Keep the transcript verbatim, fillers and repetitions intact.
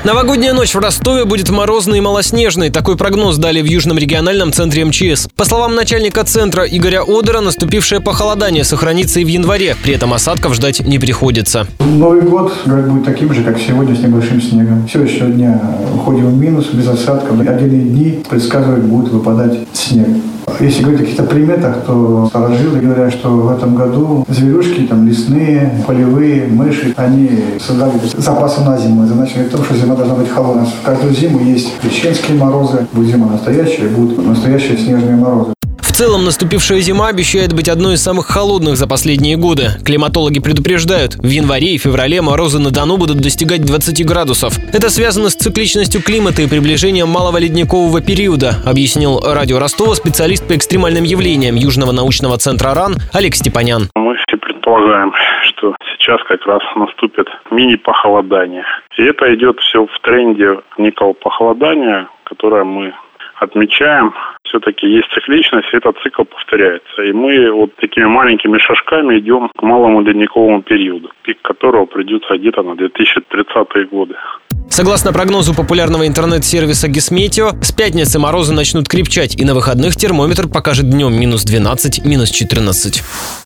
Новогодняя ночь в Ростове будет морозной и малоснежной. Такой прогноз дали в Южном региональном центре эм че эс. По словам начальника центра Игоря Одера, наступившее похолодание сохранится и в январе. При этом осадков ждать не приходится. Новый год, говорят, будет таким же, как сегодня, с небольшим снегом. Сегодняшнего дня уходим в минус, без осадков. Отдельные дни предсказывают, будет выпадать снег. Если говорить о каких-то приметах, то старожилы говорят, что в этом году зверюшки, там, лесные, полевые, мыши, они создали запасы на зиму. Это значит о том, что зима должна быть холодной. В каждую зиму есть крещенские морозы, будет зима настоящая, будут настоящие снежные морозы. В целом, наступившая зима обещает быть одной из самых холодных за последние годы. Климатологи предупреждают, в январе и феврале морозы на Дону будут достигать двадцати градусов. Это связано с цикличностью климата и приближением малого ледникового периода, объяснил радио Ростова специалист по экстремальным явлениям Южного научного центра РАН Олег Степанян. Мы все предполагаем, что сейчас как раз наступит мини-похолодание. И это идет все в тренде некого похолодания, которое мы отмечаем. Все-таки есть цикличность, и этот цикл повторяется. И мы вот такими маленькими шажками идем к малому ледниковому периоду, пик которого придется где-то на две тысячи тридцатые годы. Согласно прогнозу популярного интернет-сервиса Гисметео, с пятницы морозы начнут крепчать, и на выходных термометр покажет днем минус двенадцать, минус четырнадцать.